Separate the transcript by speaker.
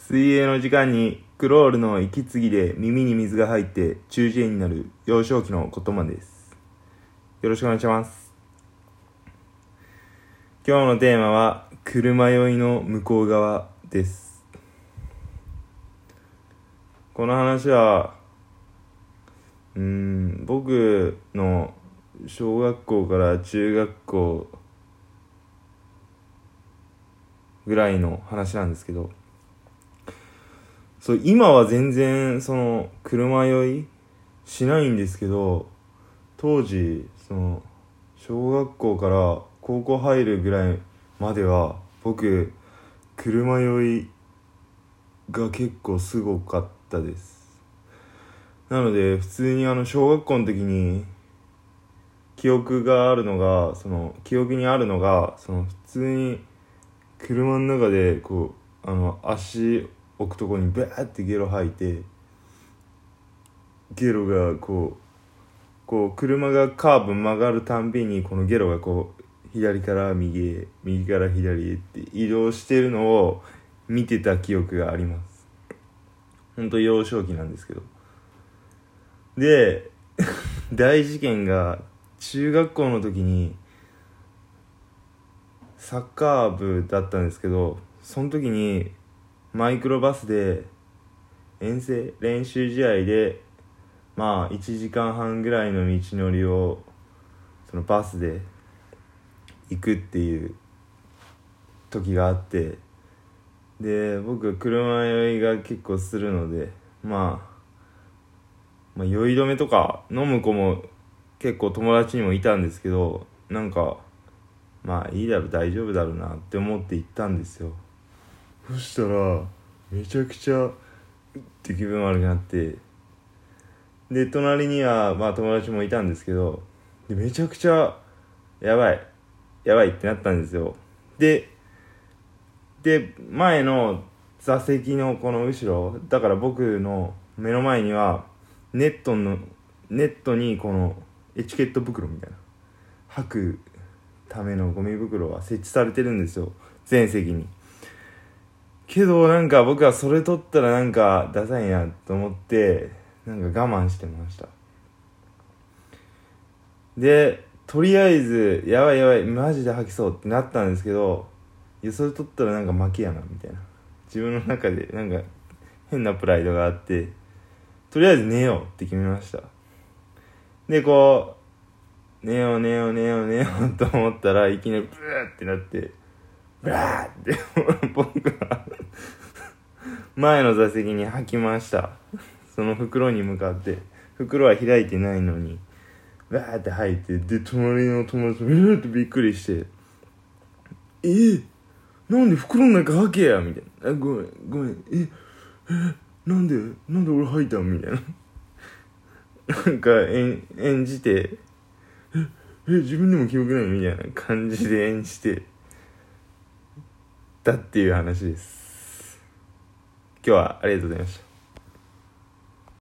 Speaker 1: 水泳の時間にクロールの息継ぎで耳に水が入って中耳炎になる幼少期のことまです。よろしくお願いします。今日のテーマは車酔いの向こう側です。この話は僕の小学校から中学校ぐらいの話なんですけど、今は全然車酔いしないんですけど、当時小学校から高校入るぐらいまでは僕車酔いが結構すごかったです。なので普通に小学校の時に記憶にあるのが普通に車の中で足置くとこにバーってゲロ吐いて、ゲロが車がカーブ曲がるたんびにこのゲロが左から右へ右から左へって移動しているのを見てた記憶があります。ほんと幼少期なんですけど。で大事件が中学校の時にサッカー部だったんですけど、その時にマイクロバスで練習試合で1時間半ぐらいの道のりをそのバスで行くっていう時があって、で僕は車酔いが結構するので酔い止めとか飲む子も結構友達にもいたんですけど、いいだろ大丈夫だろうなって思って行ったんですよ。そしたらめちゃくちゃって気分悪くなって、で隣には友達もいたんですけど、でめちゃくちゃやばいってなったんですよ。で前の座席のこの後ろだから僕の目の前にはネットにこのエチケット袋みたいな吐くためのゴミ袋が設置されてるんですよ、全席に。けど僕はそれ取ったらダサいなと思って我慢してました。でとりあえずやばいマジで吐きそうってなったんですけど、それ取ったら負けやなみたいな、自分の中で変なプライドがあって、とりあえず寝ようって決めました。で寝ようと思ったらいきなりブーってなってブーって僕は前の座席に吐きました。その袋に向かって、袋は開いてないのにバーって吐いて、で隣の友達ってびっくりして、なんで袋の中吐けやみたいな、ごめんなんで俺吐いたんみたいな演じて、自分でも記憶ないみたいな感じで演じてたっていう話です。今日はありがとうございました。